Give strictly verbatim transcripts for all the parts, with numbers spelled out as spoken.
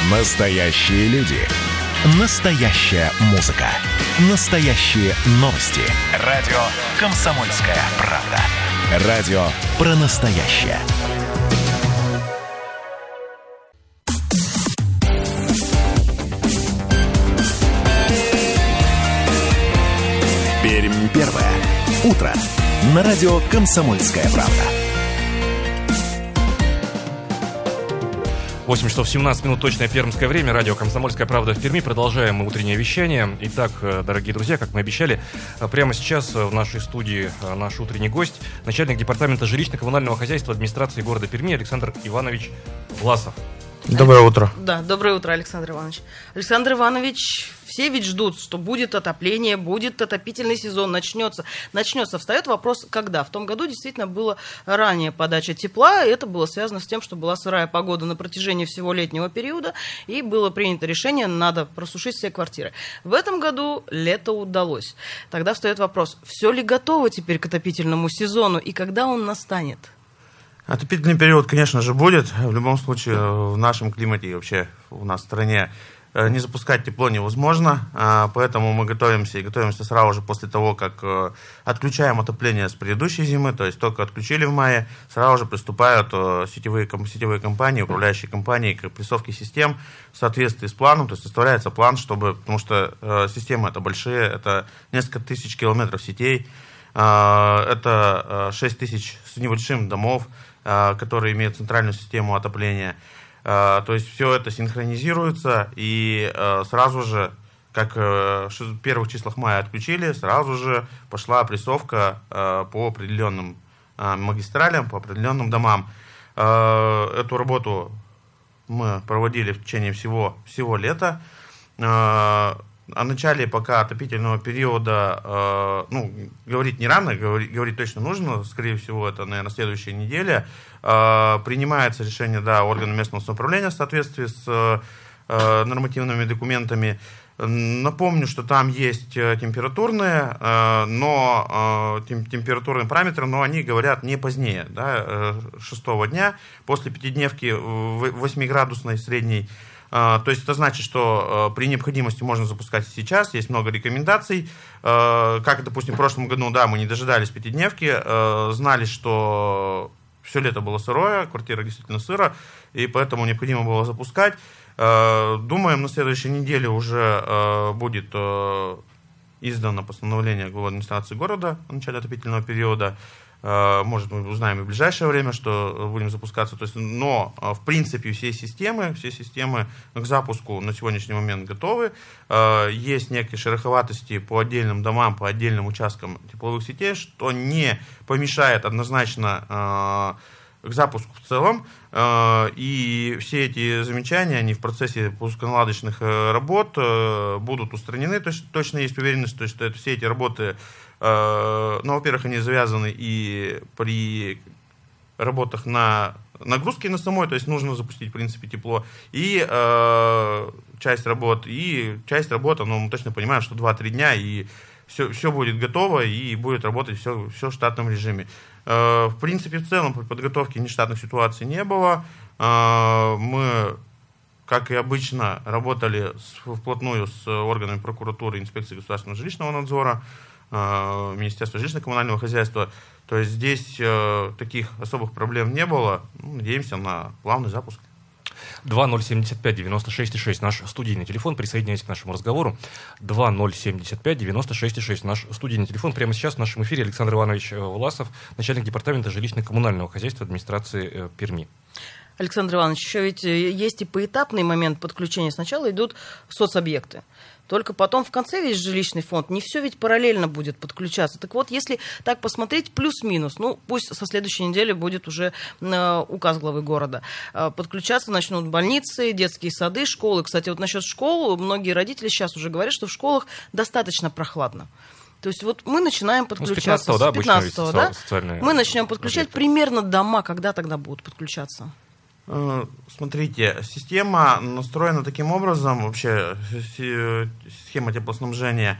Настоящие люди. Настоящая музыка. Настоящие новости. Радио «Комсомольская правда». Радио про настоящее. Пермь первое. Утро. На радио «Комсомольская правда». восемь часов семнадцать минут, точное пермское время. Радио «Комсомольская правда» в Перми. Продолжаем мы утреннее вещание. Итак, дорогие друзья, как мы обещали, прямо сейчас в нашей студии наш утренний гость, начальник департамента жилищно-коммунального хозяйства администрации города Перми Александр Иванович Власов. Доброе утро. Да, доброе утро, Александр Иванович. Александр Иванович, все ведь ждут, что будет отопление, будет отопительный сезон, начнется. Начнется. Встает вопрос, когда? В том году действительно была ранее подача тепла, и это было связано с тем, что была сырая погода на протяжении всего летнего периода, и было принято решение, надо просушить все квартиры. В этом году лето удалось. Тогда встает вопрос, все ли готово теперь к отопительному сезону, и когда он настанет? Отопительный период, конечно же, будет. В любом случае, в нашем климате и вообще у нас в стране не запускать тепло невозможно, поэтому мы готовимся и готовимся сразу же после того, как отключаем отопление с предыдущей зимы, то есть только отключили в мае, сразу же приступают сетевые, сетевые компании, управляющие компании к прессовке систем в соответствии с планом, то есть составляется план, чтобы, потому что системы это большие, это несколько тысяч километров сетей, это шесть тысяч с небольшим домов, которые имеют центральную систему отопления. То есть все это синхронизируется, и сразу же, как в первых числах мая отключили, сразу же пошла прессовка по определенным магистралям, по определенным домам. Эту работу мы проводили в течение всего, всего лета. О начале пока отопительного периода, э, ну, говорить не рано, говорить, говорить точно нужно, скорее всего, это, наверное, следующая неделя. Э, принимается решение, да, органа местного самоуправления в соответствии с э, нормативными документами. Напомню, что там есть температурные, э, но, э, тем, температурные параметры, но они говорят не позднее, да, э, шестого дня, после пятидневки восьмиградусной средней. Uh, то есть это значит, что uh, при необходимости можно запускать сейчас, есть много рекомендаций. Uh, как, допустим, в прошлом году, да, мы не дожидались пятидневки, uh, знали, что все лето было сырое, квартира действительно сыра, и поэтому необходимо было запускать. Uh, думаем, на следующей неделе уже uh, будет uh, издано постановление главы администрации города о начале отопительного периода. Может, мы узнаем и в ближайшее время, что будем запускаться. То есть, но, в принципе, все системы, все системы к запуску на сегодняшний момент готовы. Есть некие шероховатости по отдельным домам, по отдельным участкам тепловых сетей, что не помешает однозначно к запуску в целом. И все эти замечания, они в процессе пусконаладочных работ будут устранены. То есть, точно есть уверенность, что это, все эти работы, ну, во-первых, они завязаны и при работах на нагрузке на самой, то есть нужно запустить, в принципе, тепло, и э, часть работ, и часть работы, ну, мы точно понимаем, что два-три дня, и все, все будет готово, и будет работать все, все в штатном режиме. Э, в принципе, в целом, при подготовке нештатных ситуаций не было. Э, мы, как и обычно, работали с, вплотную с органами прокуратуры, инспекции государственного жилищного надзора, Министерства жилищно-коммунального хозяйства. То есть здесь э, таких особых проблем не было. Ну, надеемся на плавный запуск. два ноль семьдесят пять девяносто шесть шесть наш студийный телефон. Присоединяйтесь к нашему разговору. два ноль семьдесят пять девяносто шесть шесть наш студийный телефон. Прямо сейчас в нашем эфире Александр Иванович Власов, начальник департамента жилищно-коммунального хозяйства администрации э, Перми. Александр Иванович, еще ведь есть и поэтапный момент подключения. Сначала идут соцобъекты. Только потом в конце весь жилищный фонд. Не все ведь параллельно будет подключаться. Так вот, если так посмотреть, плюс-минус, ну, пусть со следующей недели будет уже э, указ главы города. Э, подключаться начнут больницы, детские сады, школы. Кстати, вот насчет школ, многие родители сейчас уже говорят, что в школах достаточно прохладно. То есть вот мы начинаем подключаться. Ну, с пятнадцатого, с пятнадцатого, да, да? Мы начнем подключать объекты. Примерно дома, когда тогда будут подключаться? Смотрите, система настроена таким образом, вообще схема теплоснабжения,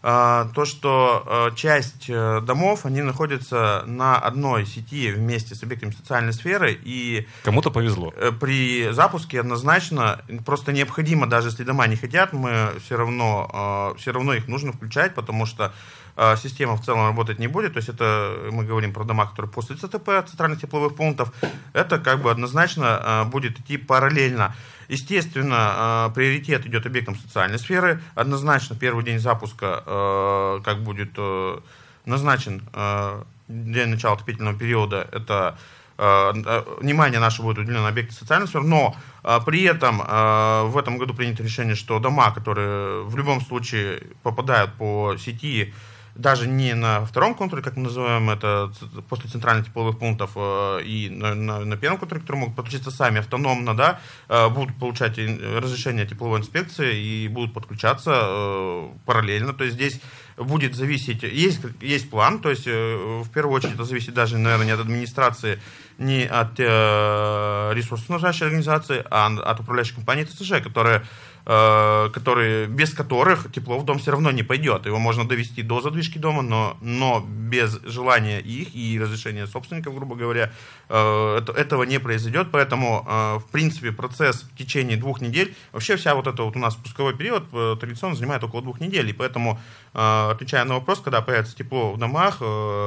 то, что часть домов, они находятся на одной сети вместе с объектами социальной сферы, и кому-то повезло. При запуске однозначно просто необходимо, даже если дома не хотят, мы все равно, все равно их нужно включать, потому что система в целом работать не будет. То есть это мы говорим про дома, которые после ЦТП, центральных тепловых пунктов, это как бы однозначно будет идти параллельно. Естественно, приоритет идет объектам социальной сферы. Однозначно первый день запуска, как будет назначен день начала отопительного периода, это внимание наше будет уделено на объекты социальной сферы, но при этом в этом году принято решение, что дома, которые в любом случае попадают по сети, даже не на втором контуре, как мы называем это, после центральных тепловых пунктов, и на, на, на первом контуре, которые могут подключиться сами автономно, да, будут получать разрешение тепловой инспекции и будут подключаться параллельно. То есть здесь будет зависеть, есть, есть план, то есть в первую очередь это зависит даже, наверное, не от администрации, не от э, ресурсоснабжающей организации, а от управляющей компании ТСЖ, которая которые, без которых тепло в дом все равно не пойдет. Его можно довести до задвижки дома, но, но без желания их и разрешения собственников, грубо говоря, это, этого не произойдет. Поэтому, в принципе, процесс в течение двух недель, вообще вся вот эта вот у нас пусковой период традиционно занимает около двух недель. И поэтому, отвечая на вопрос, когда появится тепло в домах,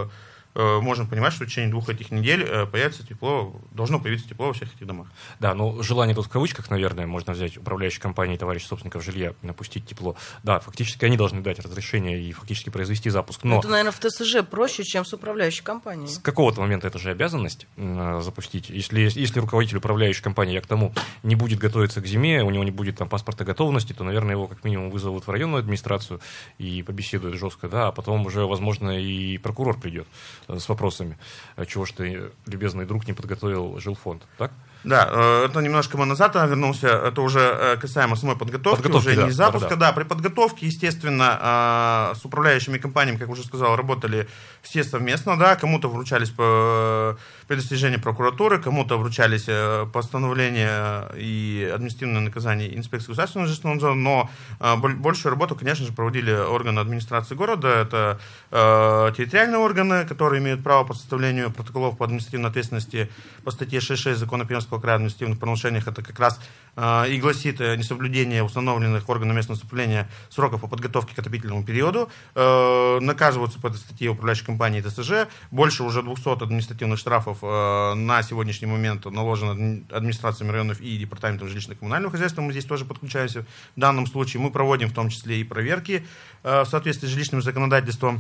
можем понимать, что в течение двух этих недель появится тепло, должно появиться тепло во всех этих домах. Да, ну желание тут в кавычках, наверное, можно взять управляющей компании товарищ собственников жилья, напустить тепло. Да, фактически они должны дать разрешение и фактически произвести запуск. Но это, наверное, в ТСЖ проще, чем с управляющей компанией. С какого-то момента это же обязанность э, запустить. Если, если руководитель управляющей компании, я к тому, не будет готовиться к зиме, у него не будет там паспорта готовности, то, наверное, его как минимум вызовут в районную администрацию и побеседуют жестко, да, а потом уже, возможно, и прокурор придет с вопросами, чего ж ты, любезный друг, не подготовил жилфонд, так? Да, это немножко мы назад вернулся, это уже касаемо самой подготовки, подготовки уже да, не запуска. Да, да. да, при подготовке, естественно, с управляющими компаниями, как уже сказал, работали все совместно, да, кому-то вручались по предостережения прокуратуры, кому-то вручались постановления и административные наказания инспекции государственного жилищного надзора, но большую работу, конечно же, проводили органы администрации города, это территориальные органы, которые имеют право по составлению протоколов по административной ответственности по статье шесть шесть Закона Пермского края о административных правонарушениях, это как раз э, и гласит э, несоблюдение установленных органами местного самоуправления сроков по подготовке к отопительному периоду, э, наказываются по этой статье управляющей компании ТСЖ, больше уже двухсот административных штрафов э, на сегодняшний момент наложено администрациями районов и департаментом жилищно-коммунального хозяйства, мы здесь тоже подключаемся в данном случае, мы проводим в том числе и проверки э, в соответствии с жилищным законодательством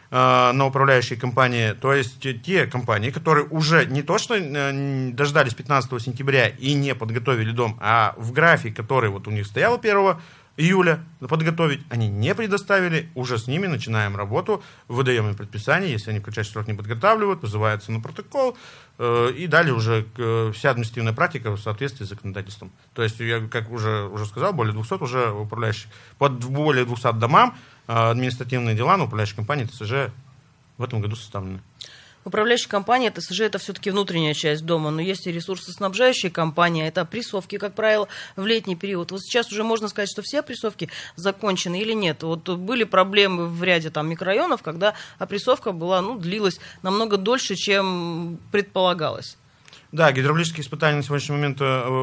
на управляющие компании, то есть те компании, которые уже не то что дождались пятнадцатого сентября и не подготовили дом, а в график, который вот у них стоял первого июля подготовить, они не предоставили, уже с ними начинаем работу, выдаем им предписание, если они в кратчайший срок не подготавливают, вызываются на протокол, э, и далее уже э, вся административная практика в соответствии с законодательством. То есть, я, как уже, уже сказал, более двухсот уже управляющих, под более двухсот домам э, административные дела на управляющей компании ТСЖ в этом году составлены. Управляющая компания ТСЖ – это все-таки внутренняя часть дома, но есть и ресурсоснабжающая компания, это опрессовки, как правило, в летний период. Вот сейчас уже можно сказать, что все опрессовки закончены или нет. Вот были проблемы в ряде там микрорайонов, когда опрессовка была, ну, длилась намного дольше, чем предполагалось. Да, гидравлические испытания на сегодняшний момент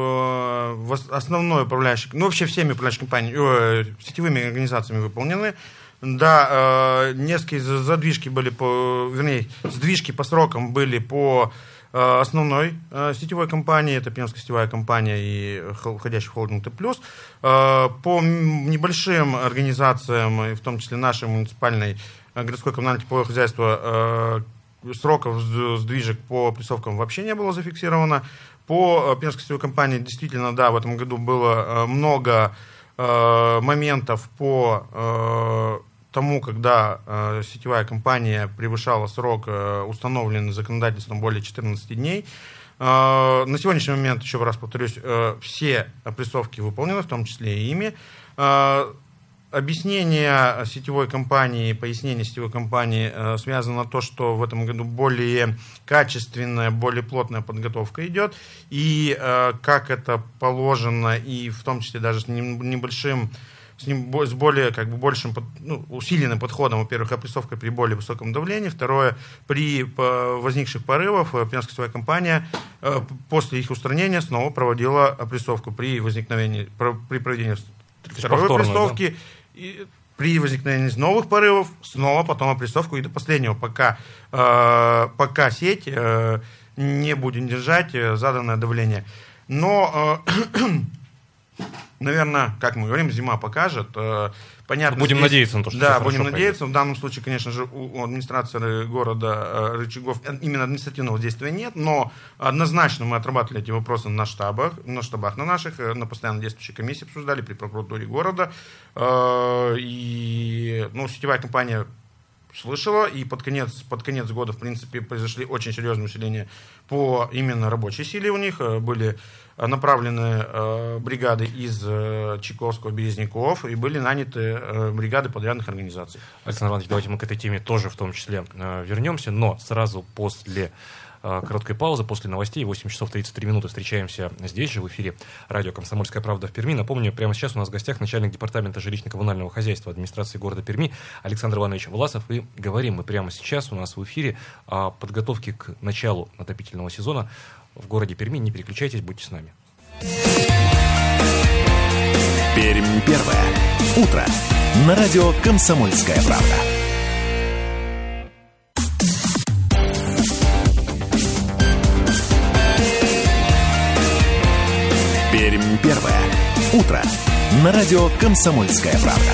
э, основной управляющей, ну вообще всеми управляющими компаниями, э, сетевыми организациями выполнены. Да, э, несколько задвижки были по, вернее, сдвижки по срокам были по э, основной э, сетевой компании, это Пермская сетевая компания и входящий в холдинг Т+. Э, по небольшим организациям, в том числе нашей муниципальной э, городской коммунальное тепловое хозяйство, э, сроков сдвижек по опрессовкам вообще не было зафиксировано. По Пермской сетевой компании действительно, да, в этом году было много э, моментов по э, тому, когда э, сетевая компания превышала срок, э, установленный законодательством, более четырнадцати дней. Э, на сегодняшний момент, еще раз повторюсь, э, все опрессовки выполнены, в том числе и ими. Э, объяснение сетевой компании, пояснение сетевой компании э, связано на то, что в этом году более качественная, более плотная подготовка идет, и э, как это положено, и в том числе даже с небольшим с ним с более, как бы, большим, ну, усиленным подходом, во-первых, опрессовка при более высоком давлении, второе, при возникших порывах Пермская компания после их устранения снова проводила опрессовку при возникновении, при проведении второй опрессовки, да? И при возникновении новых порывов снова потом опрессовку и до последнего, пока, э, пока сеть э, не будет держать заданное давление. Но, э, наверное, как мы говорим, зима покажет. Э, понятно, будем здесь, надеяться на то, что да, все будем хорошо надеяться. пойдет. В данном случае, конечно же, у администрации города э, рычагов именно административного действия нет, но однозначно мы отрабатывали эти вопросы на штабах, на штабах на наших, на постоянно действующей комиссии обсуждали при прокуратуре города. Э, и, ну, сетевая компания слышала, и под конец, под конец года, в принципе, произошли очень серьезные усиления по именно рабочей силе у них. Были направлены э, бригады из э, Чайковского, Березняков, и были наняты э, бригады подрядных организаций. Александр Иванович, давайте мы к этой теме тоже в том числе э, вернемся, но сразу после э, короткой паузы, после новостей, восемь часов тридцать три минуты встречаемся здесь же, в эфире радио «Комсомольская правда» в Перми. Напомню, прямо сейчас у нас в гостях начальник департамента жилищно-коммунального хозяйства администрации города Перми Александр Иванович Власов. И говорим мы прямо сейчас у нас в эфире о подготовке к началу отопительного сезона в городе Перми. Не переключайтесь, будьте с нами. Пермь первое. Утро. На радио «Комсомольская правда». Пермь первое. Утро. На радио «Комсомольская правда».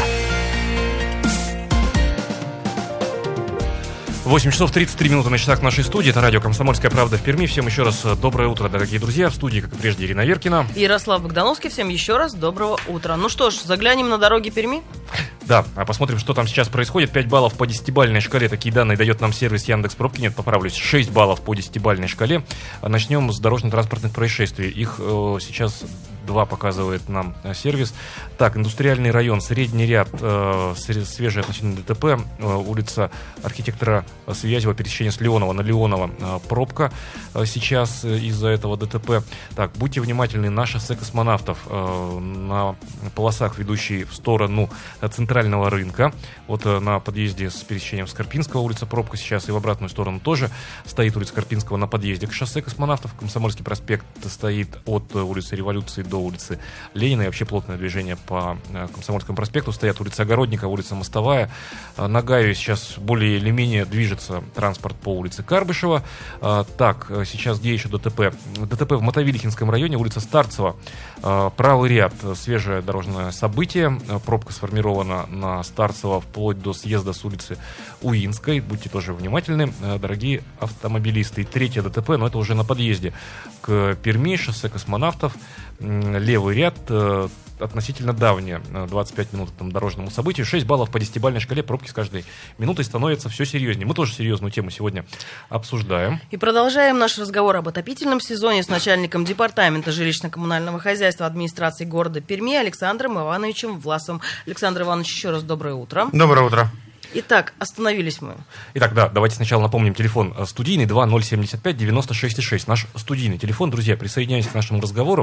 восемь часов тридцать три минуты на часах нашей студии. Это радио «Комсомольская правда» в Перми. Всем еще раз доброе утро, дорогие друзья. В студии, как и прежде, Ирина Веркина. И Ярослав Богдановский. Всем еще раз доброго утра. Ну что ж, заглянем на дороги Перми. Да, а посмотрим, что там сейчас происходит. пять баллов по десятибалльной шкале. Такие данные дает нам сервис Яндекс.Пробки. Нет, поправлюсь. шесть баллов по десятибалльной шкале. Начнем с дорожно-транспортных происшествий. Их э, сейчас два показывает нам сервис. Так, индустриальный район, средний ряд, э, свежий относительно ДТП. Э, улица архитектора Связева, пересечение с Леонова на Леонова. Э, пробка э, сейчас из-за этого ДТП. Так, будьте внимательны на шоссе Космонавтов. Э, на полосах, ведущие в сторону центрального рынка. Вот э, на подъезде с пересечением Скорпинского улица пробка сейчас, и в обратную сторону тоже стоит улица Скорпинского на подъезде к шоссе Космонавтов. Комсомольский проспект стоит от улицы Революции до улицы Ленина, и вообще плотное движение по Комсомольскому проспекту. Стоят улица Огородника, улица Мостовая. На Гайве сейчас более или менее движется транспорт по улице Карбышева. Так, сейчас где еще ДТП? ДТП в Мотовилихинском районе, улица Старцева. Правый ряд, свежее дорожное событие. Пробка сформирована на Старцево вплоть до съезда с улицы Уинской. Будьте тоже внимательны, дорогие автомобилисты. И третье ДТП, но это уже на подъезде к Перми, шоссе Космонавтов. Левый ряд, э, относительно давнее, двадцать пять минут этому дорожному событию. шесть баллов по десятибалльной шкале. Пробки с каждой минутой становятся все серьезнее. Мы тоже серьезную тему сегодня обсуждаем. И продолжаем наш разговор об отопительном сезоне с начальником департамента жилищно-коммунального хозяйства администрации города Перми Александром Ивановичем Власовым. Александр Иванович, еще раз доброе утро. Доброе утро. Итак, остановились мы. Итак, да, давайте сначала напомним телефон студийный два ноль семьдесят пять девяносто шесть шесть. Наш студийный телефон. Друзья, присоединяйтесь к нашему разговору.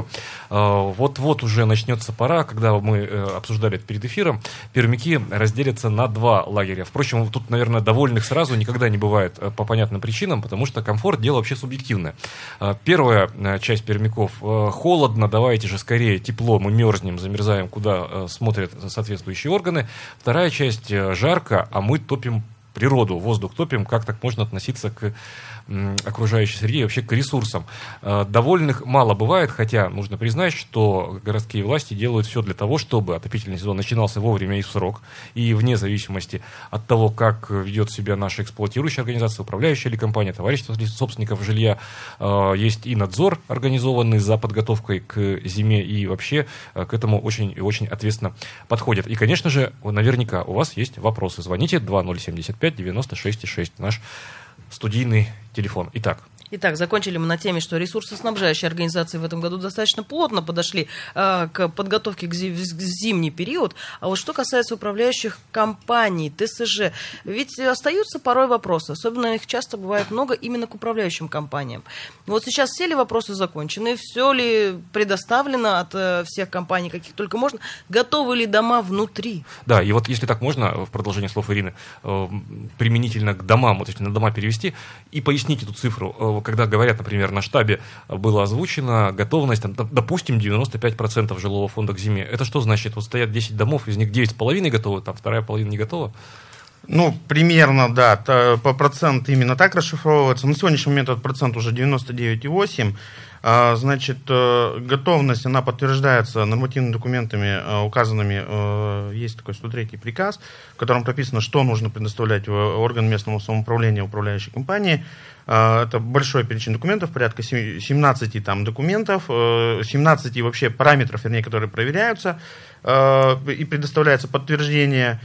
Вот-вот уже начнется пора, когда мы обсуждали это перед эфиром, пермяки разделятся на два лагеря. Впрочем, тут, наверное, довольных сразу никогда не бывает по понятным причинам, потому что комфорт – дело вообще субъективное. Первая часть пермяков – холодно, давайте же скорее тепло, мы мерзнем, замерзаем, куда смотрят соответствующие органы. Вторая часть – жарко, а мы топим природу, воздух топим. Как так можно относиться к м, окружающей среде и вообще к ресурсам? Э, довольных мало бывает, хотя нужно признать, что городские власти делают все для того, чтобы отопительный сезон начинался вовремя и в срок. И вне зависимости от того, как ведет себя наша эксплуатирующая организация, управляющая или компания, товарищество собственников жилья, э, есть и надзор, организованный за подготовкой к зиме, и вообще э, к этому очень и очень ответственно подходят. И, конечно же, наверняка у вас есть вопросы. Звоните два ноль семьдесят пять девяносто шесть шесть, наш студийный телефон. Итак. Итак, закончили мы на теме, что ресурсоснабжающие организации в этом году достаточно плотно подошли э, к подготовке к, зи- к зимний период. А вот что касается управляющих компаний, ТСЖ, ведь остаются порой вопросы, особенно их часто бывает много именно к управляющим компаниям. Вот сейчас все ли вопросы закончены, все ли предоставлено от э, всех компаний, каких только можно, готовы ли дома внутри? Да, и вот если так можно, в продолжение слов Ирины, э, применительно к домам, вот если на дома перевести, и пояснить эту цифру, э, когда говорят, например, на штабе было озвучена готовность, там, допустим, девяносто пять процентов жилого фонда к зиме. Это что значит? Вот стоят десять домов, из них девять с половиной готовы, там вторая половина не готова? Ну, примерно, да, по процент именно так расшифровывается. На сегодняшний момент этот процент уже девяносто девять и восемь десятых. Значит, готовность, она подтверждается нормативными документами, указанными, есть такой сто третий приказ, в котором прописано, что нужно предоставлять в орган местного самоуправления управляющей компании. Это большой перечень документов, порядка семнадцать там, документов, семнадцать вообще параметров, вернее, которые проверяются, и предоставляется подтверждение.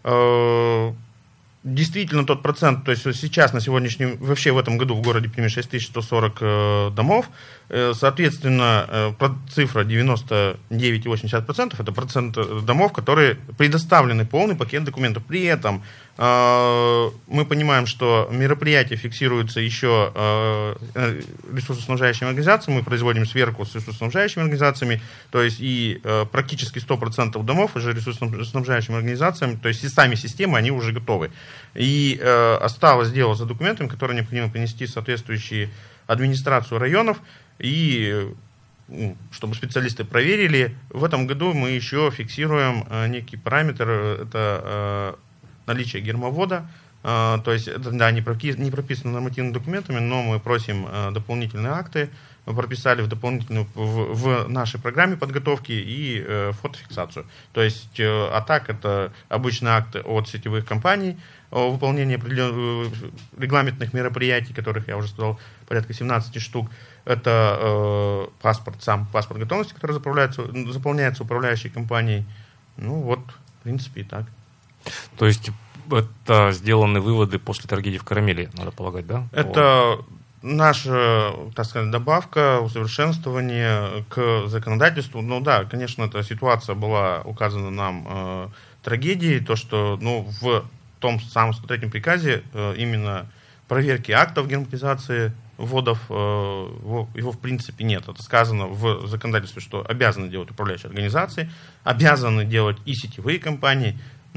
Действительно тот процент, то есть сейчас на сегодняшний, вообще в этом году в городе Перми шесть тысяч сто сорок э, домов, э, соответственно, э, цифра девяносто девять и восемь десятых процента это процент домов, которые предоставлены полный пакет документов. При этом э, мы понимаем, что мероприятия фиксируются еще э, ресурсоснабжающими организациями, мы производим сверку с ресурсоснабжающими организациями, то есть и э, практически сто процентов домов уже ресурсоснабжающими организациями, то есть и сами системы, они уже готовы. И э, осталось дело за документами, которые необходимо принести в соответствующие администрацию районов, и ну, чтобы специалисты проверили. В этом году мы еще фиксируем э, некий параметр, это э, наличие гермовода, э, то есть это да, не, пропи- не прописано нормативными документами, но мы просим э, дополнительные акты, мы прописали в дополнительную в, в нашей программе подготовки и э, фотофиксацию. То есть, э, а так это обычные акты от сетевых компаний о выполнении определенных регламентных мероприятий, которых я уже сказал, порядка семнадцать штук. Это э, паспорт, сам паспорт готовности, который заполняется, заполняется управляющей компанией. Ну вот, в принципе, и так. То есть это сделаны выводы после трагедии в Карамеле, надо полагать, да? Это наша, так сказать, добавка, усовершенствование к законодательству. Ну да, конечно, эта ситуация была указана нам э, трагедией, то, что ну, в том самом сто третьем приказе э, именно проверки актов герметизации вводов, э, его, его в принципе нет. Это сказано в законодательстве, что обязаны делать управляющие организации, обязаны делать и сетевые компании,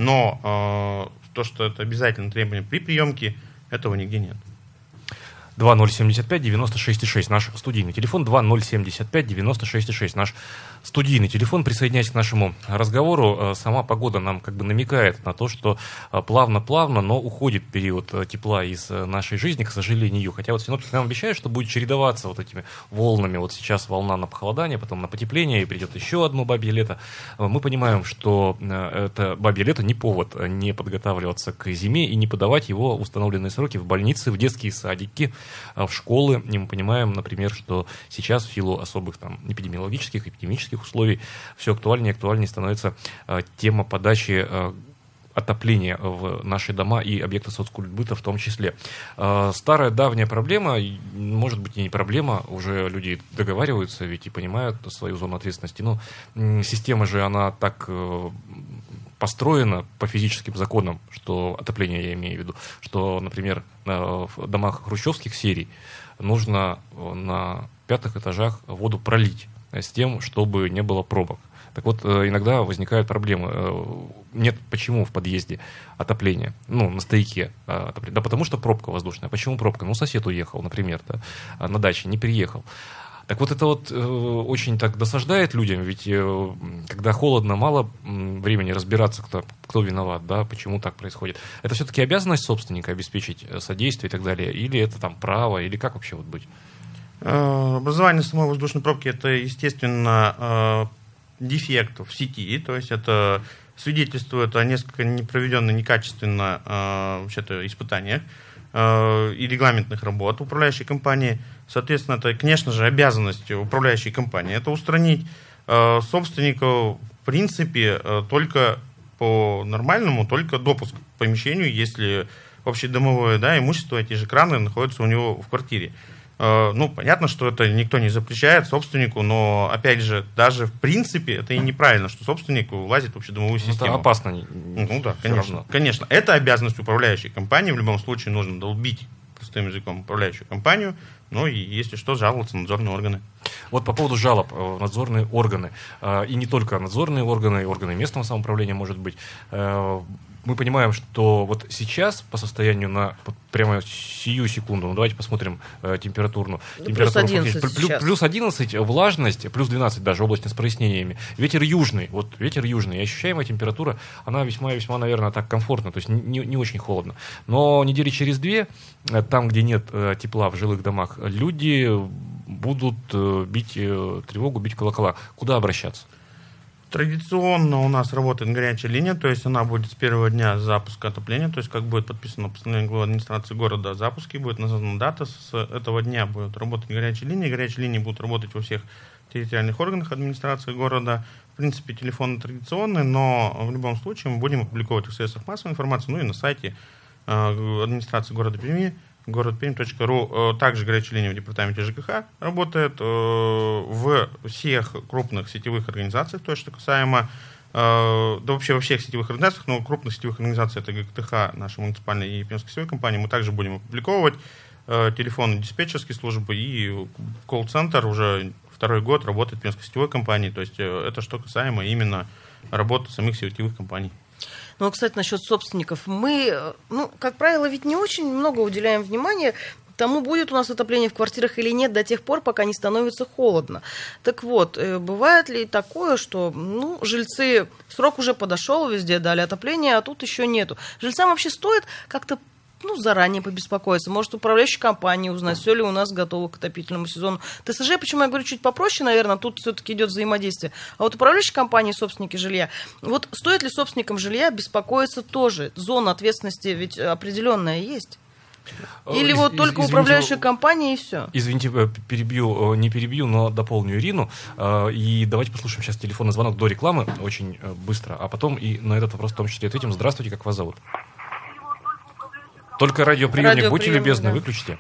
но э, то, что это обязательно требование при приемке, этого нигде нет. два ноль семь пять девяносто шесть шесть, наш студийный телефон, два ноль семь пять девяносто шесть шесть, наш студийный телефон. Присоединяйтесь к нашему разговору. Сама погода нам как бы намекает на то, что плавно-плавно, но уходит период тепла из нашей жизни, к сожалению. Хотя вот синоптики нам обещают, что будет чередоваться вот этими волнами. Вот сейчас волна на похолодание, потом на потепление, и придет еще одно бабье лето. Мы понимаем, что это бабье лето не повод не подготавливаться к зиме и не подавать его в установленные сроки в больницы, в детские садики, в школы. И мы понимаем, например, что сейчас в силу особых там эпидемиологических, эпидемических условий все актуальнее и актуальнее становится э, тема подачи э, отопления в наши дома и объекты соцкультбыта в том числе. Э, старая давняя проблема, может быть и не проблема, уже люди договариваются ведь и понимают свою зону ответственности, но э, система же она так э, построена по физическим законам, что отопление я имею в виду, что, например, э, в домах хрущевских серий нужно на пятых этажах воду пролить с тем, чтобы не было пробок. Так вот, иногда возникают проблемы. Нет, почему в подъезде отопления? Ну, на стояке отопления. Да потому что пробка воздушная. Почему пробка? Ну, сосед уехал, например, да, на даче, не приехал. Так вот, это вот э, очень так досаждает людям, ведь э, когда холодно, мало времени разбираться, кто, кто виноват, да, почему так происходит. Это все-таки обязанность собственника обеспечить содействие и так далее, или это там право, или как вообще вот быть? Образование самой воздушной пробки – это, естественно, дефект в сети, то есть это свидетельствует о несколько непроведенно, некачественно вообще-то испытаниях и регламентных работ управляющей компании. Соответственно, это, конечно же, обязанность управляющей компании – это устранить собственников, в принципе, только по нормальному, только допуск к помещению, если общедомовое, да, имущество, эти же краны находятся у него в квартире. Ну, понятно, что это никто не запрещает собственнику, но, опять же, даже в принципе это и неправильно, что собственник влазит в общедомовую систему. Это опасно. Ну да, конечно. Конечно. Это обязанность управляющей компании. В любом случае нужно долбить простым языком управляющую компанию, ну и, если что, жаловаться на надзорные органы. Вот по поводу жалоб в надзорные органы, и не только надзорные органы, и органы местного самоуправления, может быть, мы понимаем, что вот сейчас по состоянию на вот прямо сию секунду, ну давайте посмотрим э, температурную. Ну, температуру, плюс одиннадцать плюс, плюс одиннадцать, влажность, плюс двенадцать даже, облачно с прояснениями. Ветер южный, вот ветер южный, и ощущаемая температура, она весьма-весьма, наверное, так комфортна, то есть не, не очень холодно. Но недели через две, там, где нет э, тепла в жилых домах, люди будут э, бить э, тревогу, бить колокола. Куда обращаться? Традиционно у нас работает горячая линия, то есть она будет с первого дня запуска отопления, то есть как будет подписано постановление главы администрации города о запуске, будет названа дата, с этого дня будет работать горячая линия, горячие линии будут работать во всех территориальных органах администрации города. В принципе, телефоны традиционные, но в любом случае мы будем опубликовать в средствах массовой информации, ну и на сайте э, администрации города Перми, город пермь точка ру. Также горячая линия в департаменте ЖКХ работает в всех крупных сетевых организациях, то, что касаемо, да вообще во всех сетевых организациях, но крупных сетевых организаций, это ГКТХ, наша муниципальная и пермская сетевая компания, мы также будем опубликовывать телефоны диспетчерской службы и колл-центр уже второй год работает в пермской сетевой компании, то есть это что касаемо именно работы самих сетевых компаний. Ну, кстати, насчет собственников. Мы, ну, как правило, ведь не очень много уделяем внимания тому, будет у нас отопление в квартирах или нет, до тех пор, пока не становится холодно. Так вот, бывает ли такое, что, ну, жильцы, срок уже подошел, везде дали отопление, а тут еще нету. Жильцам вообще стоит как-то, ну, заранее побеспокоиться. Может, управляющей компании узнать, все ли у нас готово к отопительному сезону. ТСЖ, почему я говорю, чуть попроще, наверное, тут все-таки идет взаимодействие. А вот управляющие компании, собственники жилья, вот стоит ли собственникам жилья беспокоиться тоже? Зона ответственности ведь определенная есть. Или Из, вот только извините, управляющая компания и все? Извините, перебью, не перебью, но дополню Ирину. И давайте послушаем сейчас телефонный звонок до рекламы очень быстро, а потом и на этот вопрос в том числе ответим. Здравствуйте, как вас зовут? Только радиоприемник, будьте любезны, да. Выключите.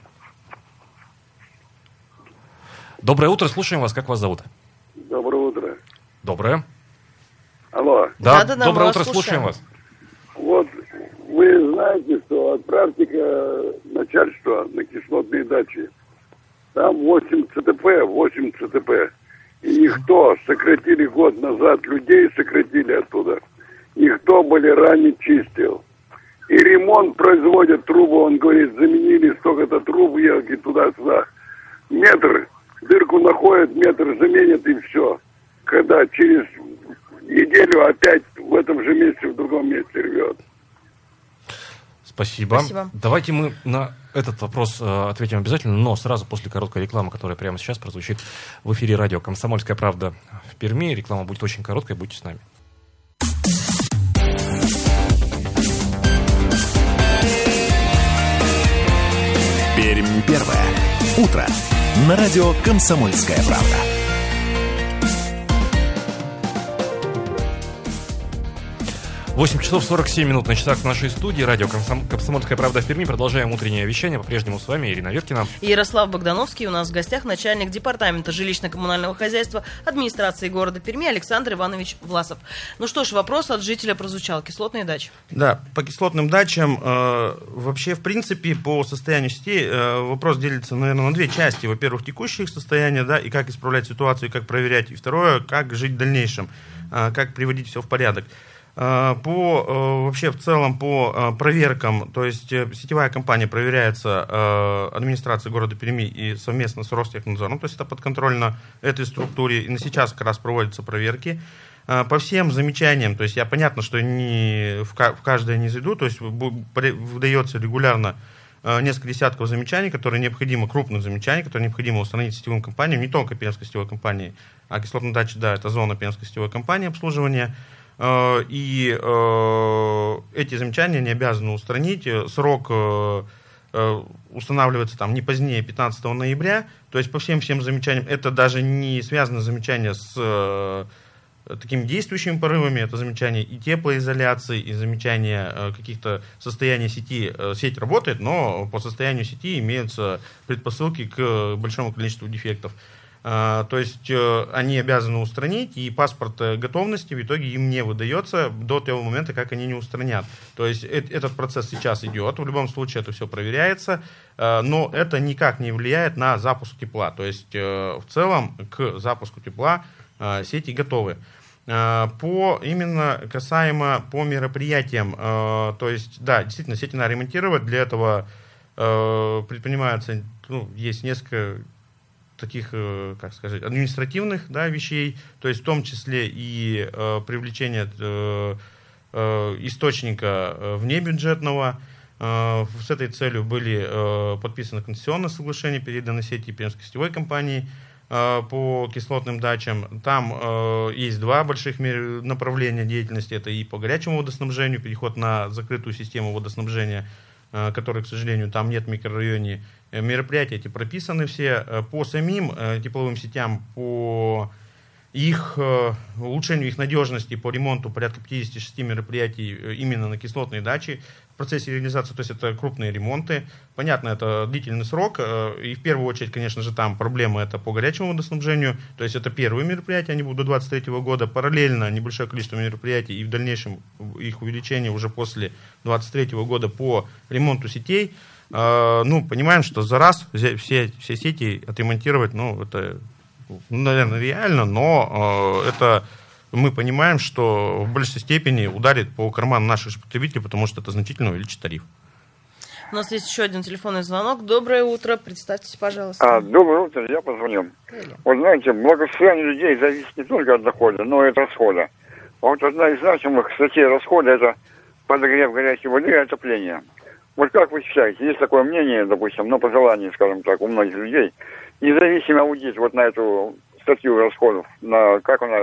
Доброе утро, слушаем вас, как вас зовут? Доброе утро. Доброе. Алло. Да, да, да, доброе утро, слушаем. слушаем вас. Вот вы знаете, что от практика начальства на кислотные дачи, там восемь ЦТП, восемь ЦТП. И никто, сократили год назад, людей сократили оттуда, никто бойлера не чистил. И ремонт производят, трубы, он говорит, заменили столько-то труб, елки туда-сюда. Метр, дырку находят, метр заменят и все. Когда через неделю опять в этом же месте, в другом месте рвет. Спасибо. Спасибо. Давайте мы на этот вопрос э, ответим обязательно, но сразу после короткой рекламы, которая прямо сейчас прозвучит в эфире радио «Комсомольская правда» в Перми. Реклама будет очень короткая, будьте с нами. Пермь первое. Утро. На радио «Комсомольская правда». восемь часов сорок семь минут на часах в нашей студии. Радио «Комсомольская правда» в Перми. Продолжаем утреннее вещание. По-прежнему с вами Ирина Веркина. И Ярослав Богдановский. У нас в гостях начальник департамента жилищно-коммунального хозяйства администрации города Перми Александр Иванович Власов. Ну что ж, вопрос от жителя прозвучал. Кислотные дачи. Да, по кислотным дачам э, вообще, в принципе, по состоянию сетей э, вопрос делится, наверное, на две части. Во-первых, текущее их состояние, да, и как исправлять ситуацию, и как проверять. И второе, как жить в дальнейшем, э, как приводить все в порядок. По, вообще в целом по проверкам, то есть сетевая компания проверяется администрацией города Перми и совместно с Ростехнадзором, то есть это подконтрольно этой структуре, и на сейчас как раз проводятся проверки. По всем замечаниям, то есть я понятно, что не в каждое не зайду, то есть выдается регулярно несколько десятков замечаний, которые необходимо, крупных замечаний, которые необходимо установить сетевым компаниям, не только Пермской сетевой компании, а кислотная дача, да, это зона Пермской сетевой компании обслуживания. И э, эти замечания не обязаны устранить. Срок э, устанавливается там не позднее пятнадцатого ноября. То есть по всем всем замечаниям, это даже не связано замечание с э, такими действующими порывами, это замечание и теплоизоляции, и замечание э, каких-то состояний сети. Э, сеть работает, но по состоянию сети имеются предпосылки к большому количеству дефектов. Э, то есть э, они обязаны устранить, и паспорт готовности в итоге им не выдается до того момента, как они не устранят. То есть э, этот процесс сейчас идет, в любом случае это все проверяется, э, но это никак не влияет на запуск тепла. То есть э, в целом к запуску тепла сети готовы. По, именно касаемо по мероприятиям, то есть, да, действительно, сети надо ремонтировать, для этого предпринимаются, ну, есть несколько таких, как сказать, административных, да, вещей, то есть в том числе и привлечение источника внебюджетного. С этой целью были подписаны концессионные соглашения, переданы сети Пермской сетевой компании по кислотным дачам. Там э, есть два больших направления деятельности. Это и по горячему водоснабжению, переход на закрытую систему водоснабжения, э, которой, к сожалению, там нет в микрорайоне. Мероприятия эти прописаны все. По самим э, тепловым сетям, по их э, улучшению их надежности, по ремонту порядка пятьдесят шесть мероприятий э, именно на кислотные дачи в процессе реализации, то есть это крупные ремонты. Понятно, это длительный срок, э, и в первую очередь, конечно же, там проблемы это по горячему водоснабжению, то есть это первые мероприятия, они будут до двадцать третьего года, параллельно небольшое количество мероприятий, и в дальнейшем их увеличение уже после двадцать третьего года по ремонту сетей. Э, ну, понимаем, что за раз все, все сети отремонтировать, ну, это, наверное, реально, но э, это... мы понимаем, что в большей степени ударит по карману наших потребителей, потому что это значительно увеличит тариф. У нас есть еще один телефонный звонок. Доброе утро. Представьтесь, пожалуйста. А, доброе утро. Я позвонил. Привет. Вот знаете, благосостояние людей зависит не только от дохода, но и от расхода. А вот одна из значимых статей расхода – это подогрев горячей воды и отопление. Вот как вы считаете, есть такое мнение, допустим, но по желанию, скажем так, у многих людей, независимый аудит вот на эту статью расходов, на как она,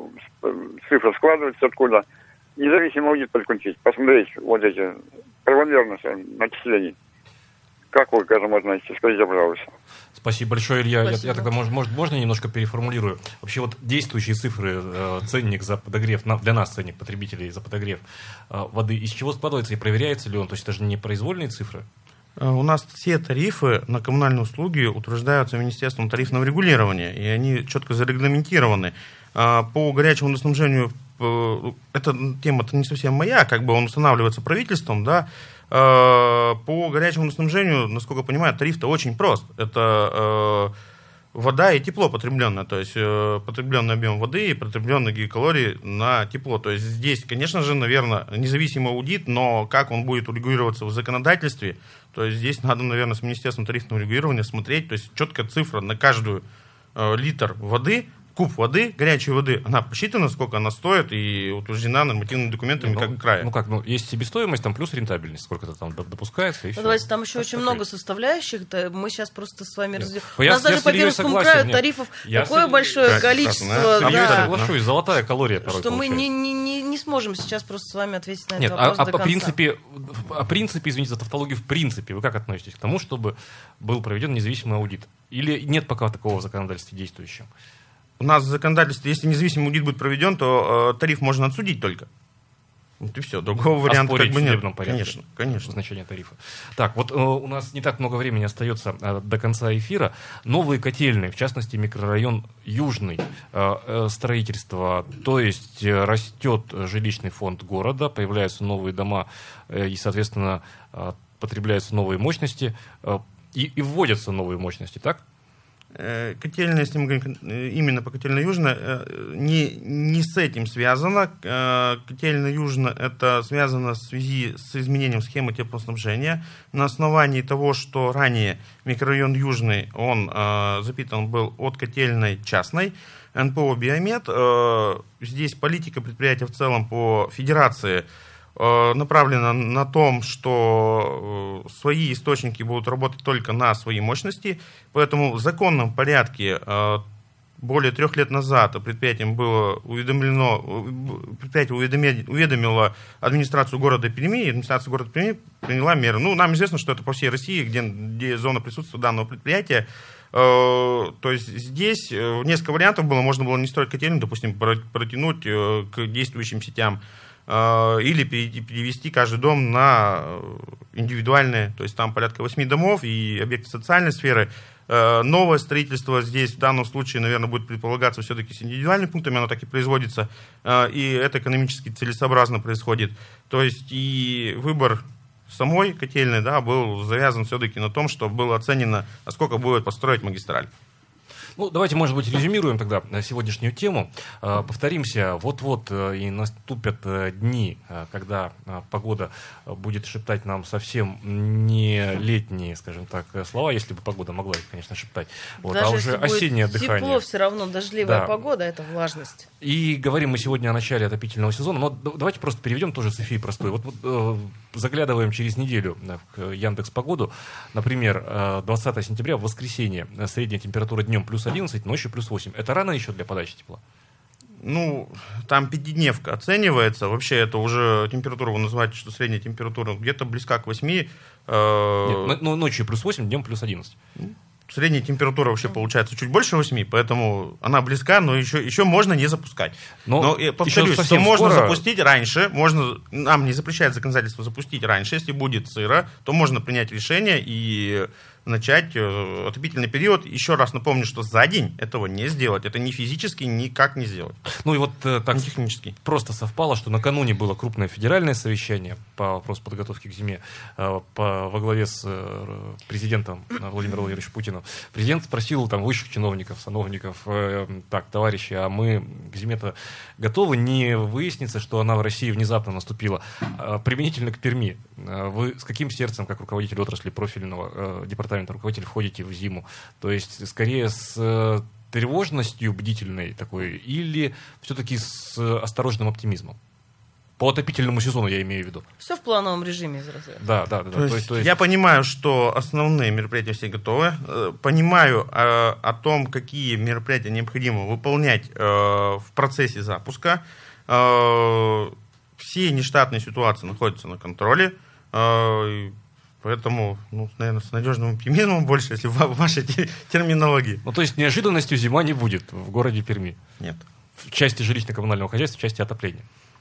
цифра складывается, откуда, независимый аудит подключить, посмотреть вот эти правомерности начислений. Как вы к этому относитесь? Скажите, пожалуйста. Спасибо большое, Илья. Спасибо. Я, я тогда, может, может, можно немножко переформулирую? Вообще вот действующие цифры, э, ценник за подогрев, на, для нас ценник потребителей за подогрев э, воды, из чего складывается и проверяется ли он? То есть это же не произвольные цифры? У нас все тарифы на коммунальные услуги утверждаются Министерством тарифного регулирования, и они четко зарегламентированы. По горячему водоснабжению, эта тема-то не совсем моя, как бы он устанавливается правительством, да. По горячему водоснабжению, насколько я понимаю, тариф-то очень прост. Это вода и тепло потребленное, то есть потребленный объем воды и потребленные гигакалории на тепло. То есть здесь, конечно же, наверное, независимый аудит, но как он будет урегулироваться в законодательстве, то есть здесь надо, наверное, с Министерством тарифного регулирования смотреть, то есть четкая цифра на каждую э, литр воды, куб воды, горячей воды, она посчитана, сколько она стоит и утверждена нормативными документами, ну, как края. Ну как, ну есть себестоимость, там плюс рентабельность, сколько-то там допускается. И ну, давайте, там еще очень много составляющих, мы сейчас просто с вами разберем. У я, нас даже по Пермскому краю нет. тарифов я такое с... большое да, количество, да, я да, соглашусь, золотая калория порой что мы получается. не, не, не, не сможем сейчас просто с вами ответить на Нет, этот вопрос а, до а конца. по принципе, о принципе, извините за тавтологию, в принципе, вы как относитесь к тому, чтобы был проведен независимый аудит? Или нет пока такого в законодательстве действующем? У нас в законодательстве, если независимый аудит будет проведен, то э, тариф можно отсудить только. Вот и все. Другого варианта Оспорить как бы в нет. судебном порядке. Конечно, конечно. Значение тарифа. Так, вот э, у нас не так много времени остается э, до конца эфира. Новые котельные, в частности, микрорайон Южный, э, э, строительство, то есть э, растет жилищный фонд города, появляются новые дома э, и, соответственно, э, потребляются новые мощности э, и, и вводятся новые мощности, так? Котельная, если мы говорим именно по котельной Южной, не, не с этим связано. Котельная Южная это связано в связи с изменением схемы теплоснабжения. На основании того, что ранее микрорайон Южный, он запитан был от котельной частной, эн пэ о «Биомед». Здесь политика предприятия в целом по федерации направлена на том, что свои источники будут работать только на свои мощности, поэтому в законном порядке более трех лет назад предприятием было уведомлено, предприятие уведомило администрацию города Перми, и администрация города Перми приняла меры. Ну, нам известно, что это по всей России, где, где зона присутствия данного предприятия. То есть здесь несколько вариантов было. Можно было не строить котельную, допустим, протянуть к действующим сетям, или перевести каждый дом на индивидуальные, то есть там порядка восьми домов и объекты социальной сферы. Новое строительство здесь в данном случае, наверное, будет предполагаться все-таки с индивидуальными пунктами, оно так и производится, и это экономически целесообразно происходит. То есть и выбор самой котельной, да, был завязан все-таки на том, что было оценено, насколько будет построить магистраль. Ну, давайте, может быть, резюмируем тогда сегодняшнюю тему. Повторимся, вот-вот и наступят дни, когда погода будет шептать нам совсем не летние, скажем так, слова, если бы погода могла их, конечно, шептать. Вот, даже а уже если осеннее будет дыхание. тепло, все равно дождливая Да. погода, это влажность. И говорим мы сегодня о начале отопительного сезона, но давайте просто переведем тоже с эфи простой. Вот, вот э, заглядываем через неделю в Яндекс.Погоду. Например, двадцатого сентября, в воскресенье, средняя температура днем плюс одиннадцать, ночью плюс восемь. Это рано еще для подачи тепла? Ну, там пятидневка оценивается. Вообще это уже температура, вы называете, что средняя температура где-то близка к восьми. Э... Нет, ну, ночью плюс восемь, днем плюс одиннадцать. Средняя температура вообще получается чуть больше восьми, поэтому она близка, но еще, еще можно не запускать. Но, но я повторюсь, что можно скоро... запустить раньше, можно, нам не запрещает законодательство запустить раньше. Если будет сыро, то можно принять решение и начать э, отопительный период. Еще раз напомню, что за день этого не сделать. Это ни физически никак не сделать. Ну и вот э, так технически. Просто совпало, что накануне было крупное федеральное совещание по вопросу подготовки к зиме э, по, во главе с э, президентом Владимиром Владимировичем Путиным. Президент спросил там высших чиновников, сановников, э, так, товарищи, а мы к зиме-то готовы? Не выяснится, что она в России внезапно наступила. Э, применительно к Перми. Э, вы с каким сердцем, как руководитель отрасли профильного э, департамента, руководитель, входите в зиму? То есть, скорее с э, тревожностью бдительной такой или все-таки с э, осторожным оптимизмом? По отопительному сезону я имею в виду. Все в плановом режиме из разряда. Да, да, да. То, то, есть, то есть... Я понимаю, что основные мероприятия все готовы. Э, понимаю э, о том, какие мероприятия необходимо выполнять э, в процессе запуска. Э, все нештатные ситуации находятся на контроле. Э, Поэтому, ну, наверное, с надежным оптимизмом больше, если в вашей терминологии. Ну, то есть неожиданностью зима не будет в городе Перми? Нет. В части жилищно-коммунального хозяйства, в части отопления.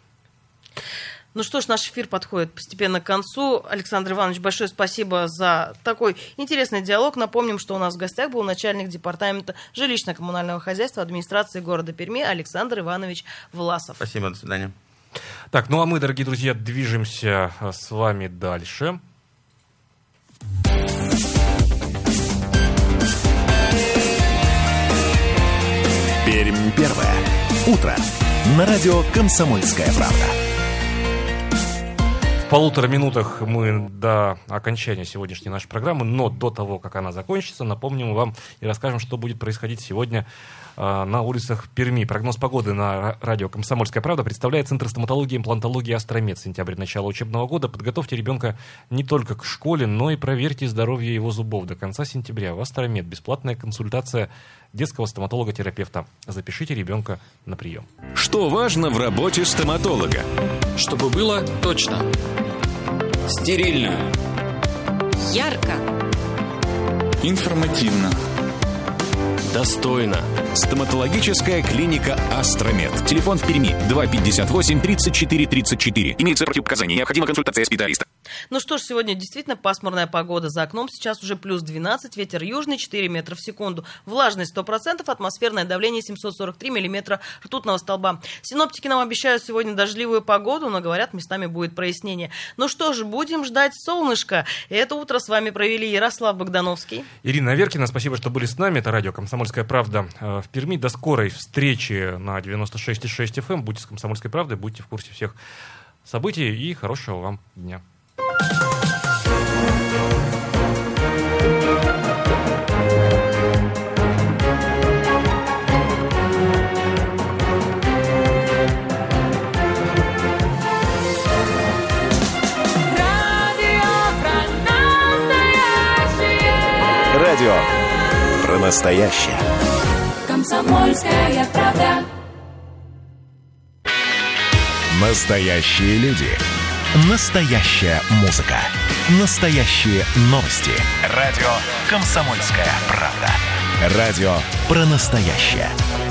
Ну что ж, наш эфир подходит постепенно к концу. Александр Иванович, большое спасибо за такой интересный диалог. Напомним, что у нас в гостях был начальник департамента жилищно-коммунального хозяйства администрации города Перми Александр Иванович Власов. Спасибо, до свидания. Так, ну а мы, дорогие друзья, движемся с вами дальше. Пермь первое. Утро. На радио «Комсомольская правда». В полутора минутах мы до окончания сегодняшней нашей программы, но до того, как она закончится, напомним вам и расскажем, что будет происходить сегодня э, на улицах Перми. Прогноз погоды на радио «Комсомольская правда» представляет Центр стоматологии и имплантологии «Астромед». Сентябрь, начало учебного года. Подготовьте ребенка не только к школе, но и проверьте здоровье его зубов. До конца сентября в «Астромед» бесплатная консультация детского стоматолога-терапевта. Запишите ребенка на прием. Что важно в работе стоматолога? Чтобы было точно. Стерильно. Ярко. Информативно. Достойно. Стоматологическая клиника «Астромед». Телефон в Перми два пятьдесят восемь тридцать четыре тридцать четыре. Имеются противопоказания. Необходима консультация специалиста. Ну что ж, сегодня действительно пасмурная погода. За окном сейчас уже плюс двенадцать, ветер южный четыре метра в секунду. Влажность сто процентов, атмосферное давление семьсот сорок три миллиметра ртутного столба. Синоптики нам обещают сегодня дождливую погоду, но говорят, местами будет прояснение. Ну что ж, будем ждать солнышко. И это утро с вами провели Ярослав Богдановский. Ирина Аверкина, спасибо, что были с нами. Это радио «Комсомольская правда» в Перми. До скорой встречи на девяносто шесть и шесть эф эм. Будьте с «Комсомольской правдой», будьте в курсе всех событий и хорошего вам дня. Радио про настоящее. «Комсомольская правда». Настоящие люди. Настоящая музыка. Настоящие новости. Радио «Комсомольская правда». Радио про настоящее.